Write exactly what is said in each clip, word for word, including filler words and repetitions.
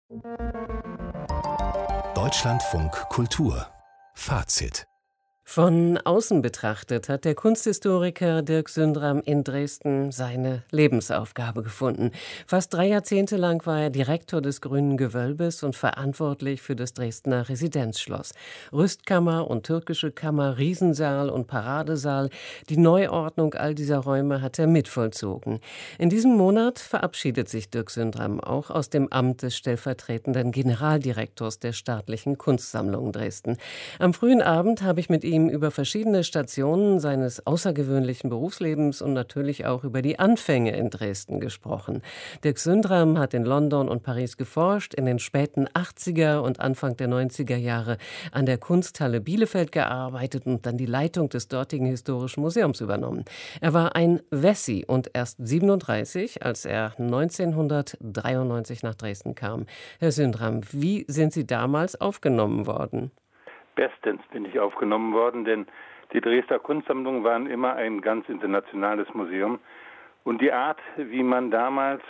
Deutschlandfunk Kultur Fazit. Von außen betrachtet hat der Kunsthistoriker Dirk Sündram in Dresden seine Lebensaufgabe gefunden. Fast drei Jahrzehnte lang war er Direktor des Grünen Gewölbes und verantwortlich für das Dresdner Residenzschloss. Rüstkammer und türkische Kammer, Riesensaal und Paradesaal, die Neuordnung all dieser Räume hat er mitvollzogen. In diesem Monat verabschiedet sich Dirk Sündram auch aus dem Amt des stellvertretenden Generaldirektors der Staatlichen Kunstsammlungen Dresden. Am frühen Abend habe ich mit ihm über verschiedene Stationen seines außergewöhnlichen Berufslebens und natürlich auch über die Anfänge in Dresden gesprochen. Dirk Sündram hat in London und Paris geforscht, in den späten achtziger und Anfang der neunziger Jahre an der Kunsthalle Bielefeld gearbeitet und dann die Leitung des dortigen Historischen Museums übernommen. Er war ein Wessi und erst siebenunddreißig, als er neunzehnhundertdreiundneunzig nach Dresden kam. Herr Sündram, wie sind Sie damals aufgenommen worden? Bestens bin ich aufgenommen worden, denn die Dresdner Kunstsammlungen waren immer ein ganz internationales Museum. Und die Art, wie man damals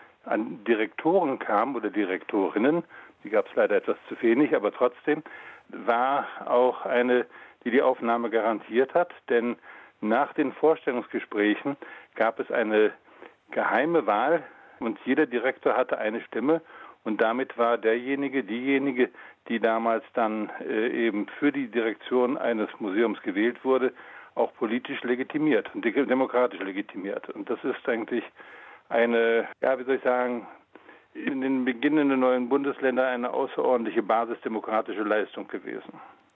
an Direktoren kam oder Direktorinnen, die gab es leider etwas zu wenig, aber trotzdem, war auch eine, die die Aufnahme garantiert hat. Denn nach den Vorstellungsgesprächen gab es eine geheime Wahl und jeder Direktor hatte eine Stimme. Und damit war derjenige, diejenige, die damals dann äh, eben für die Direktion eines Museums gewählt wurde, auch politisch legitimiert und demokratisch legitimiert. Und das ist eigentlich eine, ja, wie soll ich sagen, in den beginnenden neuen Bundesländern eine außerordentliche basisdemokratische Leistung gewesen.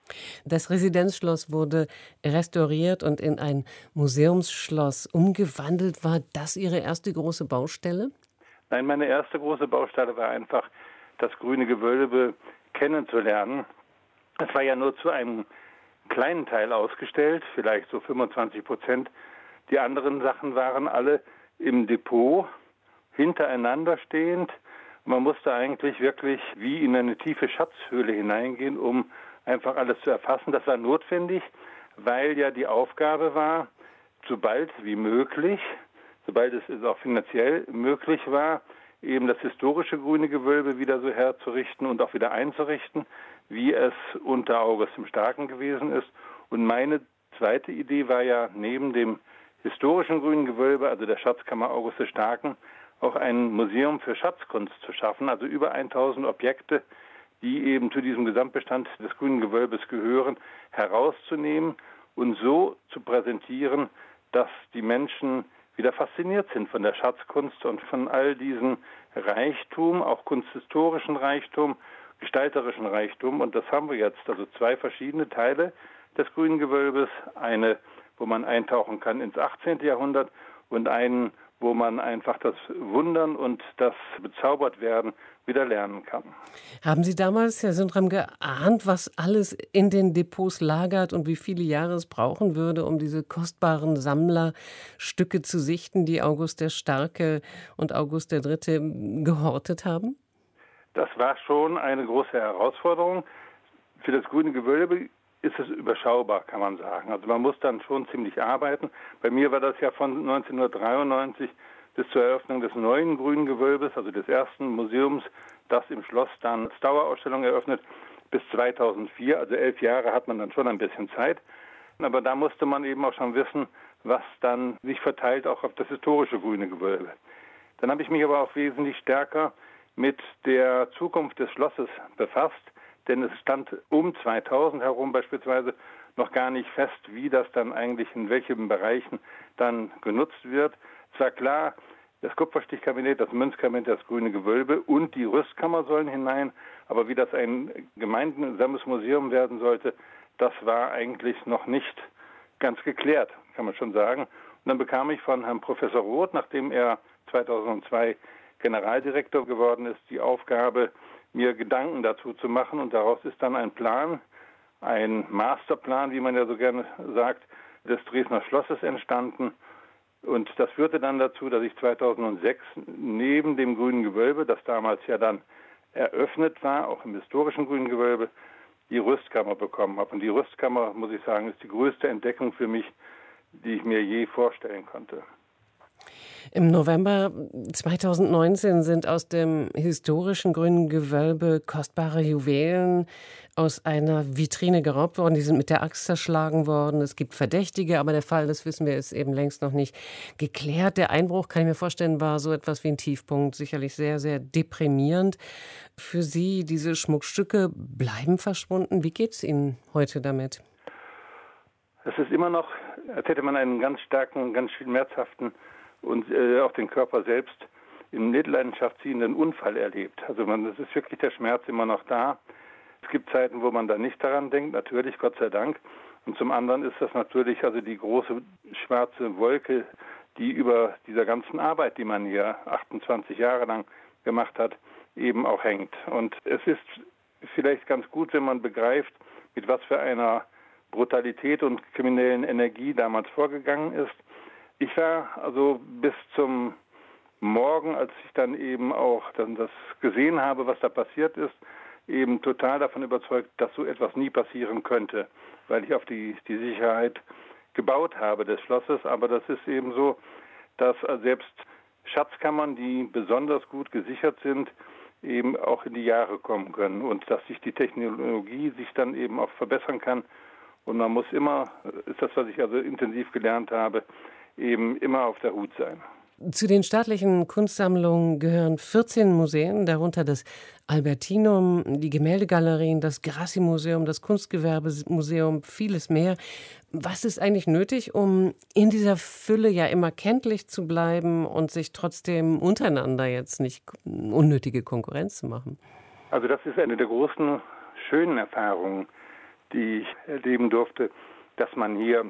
Das Residenzschloss wurde restauriert und in ein Museumsschloss umgewandelt. War das Ihre erste große Baustelle? Nein, meine erste große Baustelle war einfach, das Grüne Gewölbe kennenzulernen. Es war ja nur zu einem kleinen Teil ausgestellt, vielleicht so fünfundzwanzig Prozent. Die anderen Sachen waren alle im Depot, hintereinander stehend. Man musste eigentlich wirklich wie in eine tiefe Schatzhöhle hineingehen, um einfach alles zu erfassen. Das war notwendig, weil ja die Aufgabe war, so bald wie möglich, sobald es auch finanziell möglich war, eben das historische Grüne Gewölbe wieder so herzurichten und auch wieder einzurichten, wie es unter August dem Starken gewesen ist. Und meine zweite Idee war ja, neben dem historischen Grünen Gewölbe, also der Schatzkammer August des Starken, auch ein Museum für Schatzkunst zu schaffen, also über tausend Objekte, die eben zu diesem Gesamtbestand des Grünen Gewölbes gehören, herauszunehmen und so zu präsentieren, dass die Menschen wieder fasziniert sind von der Schatzkunst und von all diesen Reichtum, auch kunsthistorischen Reichtum, gestalterischen Reichtum. Und das haben wir jetzt, also zwei verschiedene Teile des Grünen Gewölbes. Eine, wo man eintauchen kann ins achtzehnten Jahrhundert und einen, wo man einfach das Wundern und das Bezaubertwerden wieder lernen kann. Haben Sie damals, Herr Sündram, geahnt, was alles in den Depots lagert und wie viele Jahre es brauchen würde, um diese kostbaren Sammlerstücke zu sichten, die August der Starke und August der Dritte gehortet haben? Das war schon eine große Herausforderung. Für das Grüne Gewölbe ist es überschaubar, kann man sagen. Also man muss dann schon ziemlich arbeiten. Bei mir war das ja von neunzehnhundertdreiundneunzig bis zur Eröffnung des neuen Grünen Gewölbes, also des ersten Museums, das im Schloss dann als Dauerausstellung eröffnet, bis zweitausendvier. Also elf Jahre hat man dann schon ein bisschen Zeit. Aber da musste man eben auch schon wissen, was dann sich verteilt auch auf das historische Grüne Gewölbe. Dann habe ich mich aber auch wesentlich stärker mit der Zukunft des Schlosses befasst, denn es stand um zweitausend herum beispielsweise noch gar nicht fest, wie das dann eigentlich in welchen Bereichen dann genutzt wird. Es war klar, das Kupferstichkabinett, das Münzkabinett, das Grüne Gewölbe und die Rüstkammer sollen hinein, aber wie das ein gemeinsames Museum werden sollte, das war eigentlich noch nicht ganz geklärt, kann man schon sagen. Und dann bekam ich von Herrn Professor Roth, nachdem er zweitausendzwei Generaldirektor geworden ist, die Aufgabe, mir Gedanken dazu zu machen. Und daraus ist dann ein Plan, ein Masterplan, wie man ja so gerne sagt, des Dresdner Schlosses entstanden. Und das führte dann dazu, dass ich zweitausendsechs neben dem Grünen Gewölbe, das damals ja dann eröffnet war, auch im historischen Grünen Gewölbe, die Rüstkammer bekommen habe. Und die Rüstkammer, muss ich sagen, ist die größte Entdeckung für mich, die ich mir je vorstellen konnte. Im November zweitausendneunzehn sind aus dem historischen Grünen Gewölbe kostbare Juwelen aus einer Vitrine geraubt worden. Die sind mit der Axt zerschlagen worden. Es gibt Verdächtige, aber der Fall, das wissen wir, ist eben längst noch nicht geklärt. Der Einbruch, kann ich mir vorstellen, war so etwas wie ein Tiefpunkt. Sicherlich sehr, sehr deprimierend. Für Sie, diese Schmuckstücke bleiben verschwunden. Wie geht es Ihnen heute damit? Es ist immer noch, als hätte man einen ganz starken, ganz schmerzhaften und äh, auch den Körper selbst in Mitleidenschaft ziehenden Unfall erlebt. Also man, es ist wirklich der Schmerz immer noch da. Es gibt Zeiten, wo man da nicht daran denkt, natürlich, Gott sei Dank. Und zum anderen ist das natürlich also die große schwarze Wolke, die über dieser ganzen Arbeit, die man hier achtundzwanzig Jahre lang gemacht hat, eben auch hängt. Und es ist vielleicht ganz gut, wenn man begreift, mit was für einer Brutalität und kriminellen Energie damals vorgegangen ist. Ich war also bis zum Morgen, als ich dann eben auch dann das gesehen habe, was da passiert ist, eben total davon überzeugt, dass so etwas nie passieren könnte, weil ich auf die, die Sicherheit gebaut habe des Schlosses. Aber das ist eben so, dass selbst Schatzkammern, die besonders gut gesichert sind, eben auch in die Jahre kommen können und dass sich die Technologie sich dann eben auch verbessern kann. Und man muss immer, ist das, was ich also intensiv gelernt habe, eben immer auf der Hut sein. Zu den staatlichen Kunstsammlungen gehören vierzehn Museen, darunter das Albertinum, die Gemäldegalerien, das Grassi-Museum, das Kunstgewerbemuseum, vieles mehr. Was ist eigentlich nötig, um in dieser Fülle ja immer kenntlich zu bleiben und sich trotzdem untereinander jetzt nicht unnötige Konkurrenz zu machen? Also das ist eine der großen, schönen Erfahrungen, die ich erleben durfte, dass man hier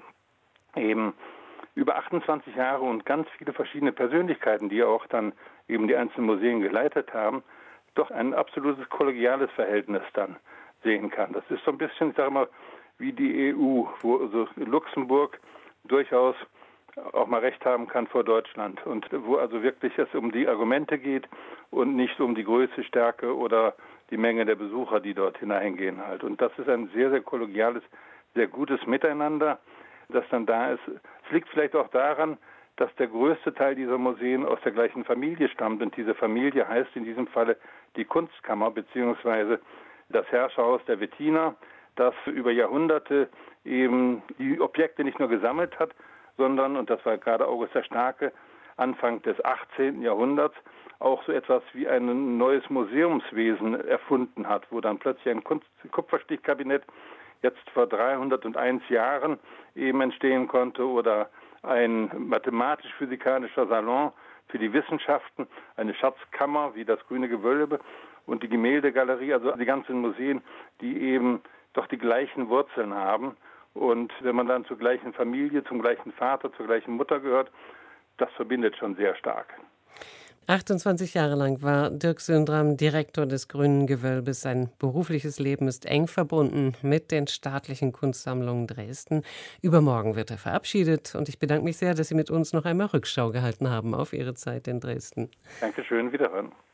eben über achtundzwanzig Jahre und ganz viele verschiedene Persönlichkeiten, die auch dann eben die einzelnen Museen geleitet haben, doch ein absolutes kollegiales Verhältnis dann sehen kann. Das ist so ein bisschen, ich sage mal, wie die E U, wo also Luxemburg durchaus auch mal Recht haben kann vor Deutschland und wo also wirklich es um die Argumente geht und nicht um die Größe, Stärke oder die Menge der Besucher, die dort hineingehen halt. Und das ist ein sehr, sehr kollegiales, sehr gutes Miteinander, das dann da ist. Es liegt vielleicht auch daran, dass der größte Teil dieser Museen aus der gleichen Familie stammt. Und diese Familie heißt in diesem Falle die Kunstkammer bzw. das Herrscherhaus der Wettiner, das über Jahrhunderte eben die Objekte nicht nur gesammelt hat, sondern, und das war gerade August der Starke, Anfang des achtzehnten Jahrhunderts, auch so etwas wie ein neues Museumswesen erfunden hat, wo dann plötzlich ein Kunst- Kupferstichkabinett jetzt vor dreihunderteins Jahren eben entstehen konnte oder ein mathematisch-physikalischer Salon für die Wissenschaften, eine Schatzkammer wie das Grüne Gewölbe und die Gemäldegalerie, also die ganzen Museen, die eben doch die gleichen Wurzeln haben. Und wenn man dann zur gleichen Familie, zum gleichen Vater, zur gleichen Mutter gehört, das verbindet schon sehr stark. achtundzwanzig Jahre lang war Dirk Syndram Direktor des Grünen Gewölbes. Sein berufliches Leben ist eng verbunden mit den staatlichen Kunstsammlungen Dresden. Übermorgen wird er verabschiedet und ich bedanke mich sehr, dass Sie mit uns noch einmal Rückschau gehalten haben auf Ihre Zeit in Dresden. Dankeschön, wiederhören.